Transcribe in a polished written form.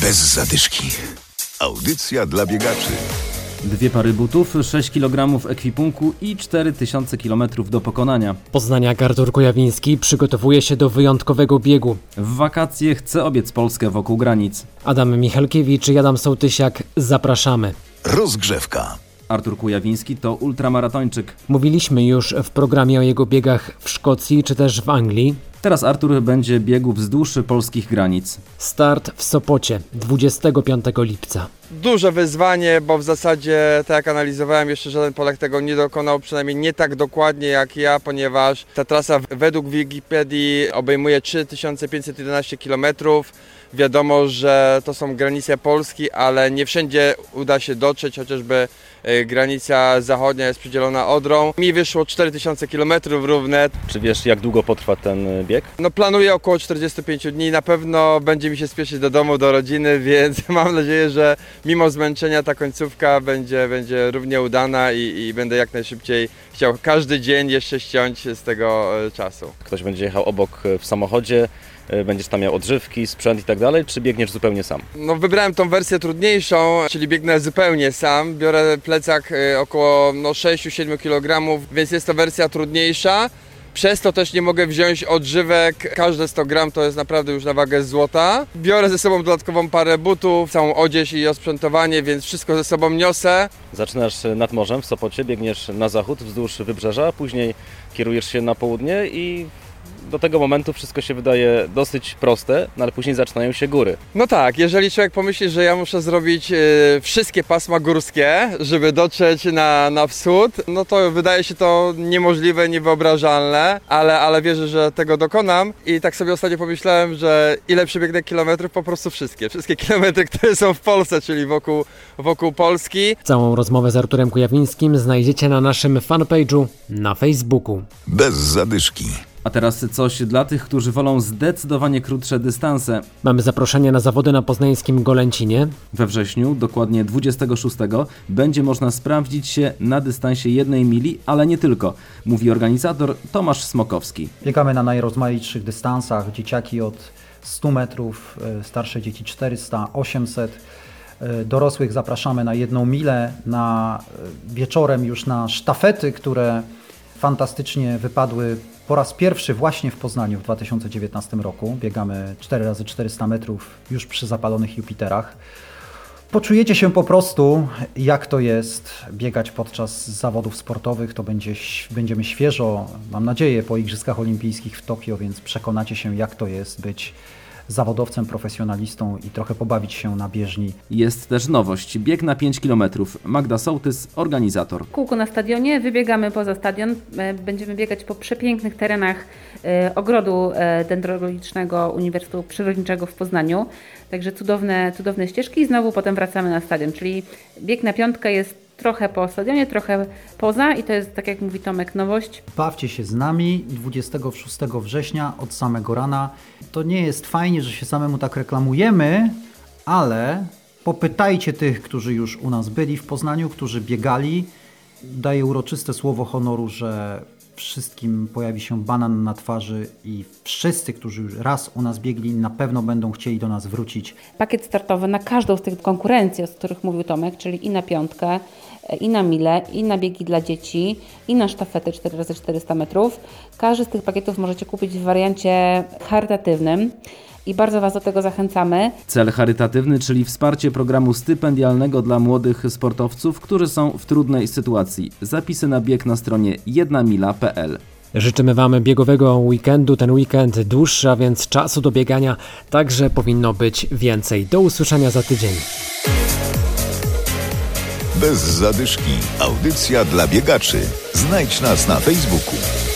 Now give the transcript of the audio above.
Bez zadyszki. Audycja dla biegaczy. 2 pary butów, 6 kg ekwipunku i 4000 km do pokonania. Poznaniak Artur Kujawiński przygotowuje się do wyjątkowego biegu. W wakacje chce obiec Polskę wokół granic. Adam Michalkiewicz i Adam Sołtysiak, zapraszamy. Rozgrzewka. Artur Kujawiński to ultramaratończyk. Mówiliśmy już w programie o jego biegach w Szkocji czy też w Anglii. Teraz Artur będzie biegł wzdłuż polskich granic. Start w Sopocie 25 lipca. Duże wyzwanie, bo w zasadzie, tak jak analizowałem, jeszcze żaden Polak tego nie dokonał, przynajmniej nie tak dokładnie jak ja, ponieważ ta trasa według Wikipedii obejmuje 3511 km. Wiadomo, że to są granice Polski, ale nie wszędzie uda się dotrzeć, chociażby granica zachodnia jest przydzielona Odrą. Mi wyszło 4000 km równe. Czy wiesz, jak długo potrwa ten bieg? No, planuję około 45 dni, na pewno będzie mi się spieszyć do domu, do rodziny, więc mam nadzieję, że mimo zmęczenia ta końcówka będzie równie udana i będę jak najszybciej chciał każdy dzień jeszcze ściąć z tego czasu. Ktoś będzie jechał obok w samochodzie, będziesz tam miał odżywki, sprzęt i tak dalej, czy biegniesz zupełnie sam? No, wybrałem tą wersję trudniejszą, czyli biegnę zupełnie sam. Biorę plecak około 6-7 kg, więc jest to wersja trudniejsza. Przez to też nie mogę wziąć odżywek, każde 100 gram to jest naprawdę już na wagę złota. Biorę ze sobą dodatkową parę butów, całą odzież i osprzętowanie, więc wszystko ze sobą niosę. Zaczynasz nad morzem w Sopocie, biegniesz na zachód wzdłuż wybrzeża, później kierujesz się na południe i do tego momentu wszystko się wydaje dosyć proste, no ale później zaczynają się góry. No tak, jeżeli człowiek pomyśli, że ja muszę zrobić wszystkie pasma górskie, żeby dotrzeć na wschód, no to wydaje się to niemożliwe, niewyobrażalne, ale wierzę, że tego dokonam i tak sobie ostatnio pomyślałem, że ile przebiegnę kilometrów, po prostu wszystkie kilometry, które są w Polsce, czyli wokół Polski. Całą rozmowę z Arturem Kujawińskim znajdziecie na naszym fanpage'u na Facebooku. Bez zadyszki. A teraz coś dla tych, którzy wolą zdecydowanie krótsze dystanse. Mamy zaproszenie na zawody na poznańskim Golęcinie. We wrześniu, dokładnie 26, będzie można sprawdzić się na dystansie 1 mili, ale nie tylko, mówi organizator Tomasz Smokowski. Biegamy na najrozmaitszych dystansach, dzieciaki od 100 metrów, starsze dzieci 400, 800. Dorosłych zapraszamy na 1 milę, wieczorem już na sztafety, które fantastycznie wypadły po raz pierwszy właśnie w Poznaniu w 2019 roku. Biegamy 4x400 metrów już przy zapalonych Jupiterach. Poczujecie się po prostu, jak to jest biegać podczas zawodów sportowych. To będziemy świeżo, mam nadzieję, po Igrzyskach Olimpijskich w Tokio, więc przekonacie się, jak to jest być zawodowcem, profesjonalistą i trochę pobawić się na bieżni. Jest też nowość. Bieg na 5 km. Magda Sołtys, organizator. Kółko na stadionie, wybiegamy poza stadion. Będziemy biegać po przepięknych terenach ogrodu dendrologicznego Uniwersytetu Przyrodniczego w Poznaniu. Także cudowne ścieżki i znowu potem wracamy na stadion. Czyli bieg na 5 jest trochę po stadionie, trochę poza i to jest, tak jak mówi Tomek, nowość. Bawcie się z nami 26 września od samego rana. To nie jest fajnie, że się samemu tak reklamujemy, ale popytajcie tych, którzy już u nas byli w Poznaniu, którzy biegali. Daję uroczyste słowo honoru, że wszystkim pojawi się banan na twarzy i wszyscy, którzy już raz u nas biegli, na pewno będą chcieli do nas wrócić. Pakiet startowy na każdą z tych konkurencji, o których mówił Tomek, czyli i na 5, i na milę, i na biegi dla dzieci, i na sztafety 4x400 metrów. Każdy z tych pakietów możecie kupić w wariancie charytatywnym. I bardzo Was do tego zachęcamy. Cel charytatywny, czyli wsparcie programu stypendialnego dla młodych sportowców, którzy są w trudnej sytuacji. Zapisy na bieg na stronie 1mila.pl. Życzymy Wam biegowego weekendu. Ten weekend dłuższy, a więc czasu do biegania także powinno być więcej. Do usłyszenia za tydzień. Bez zadyszki. Audycja dla biegaczy. Znajdź nas na Facebooku.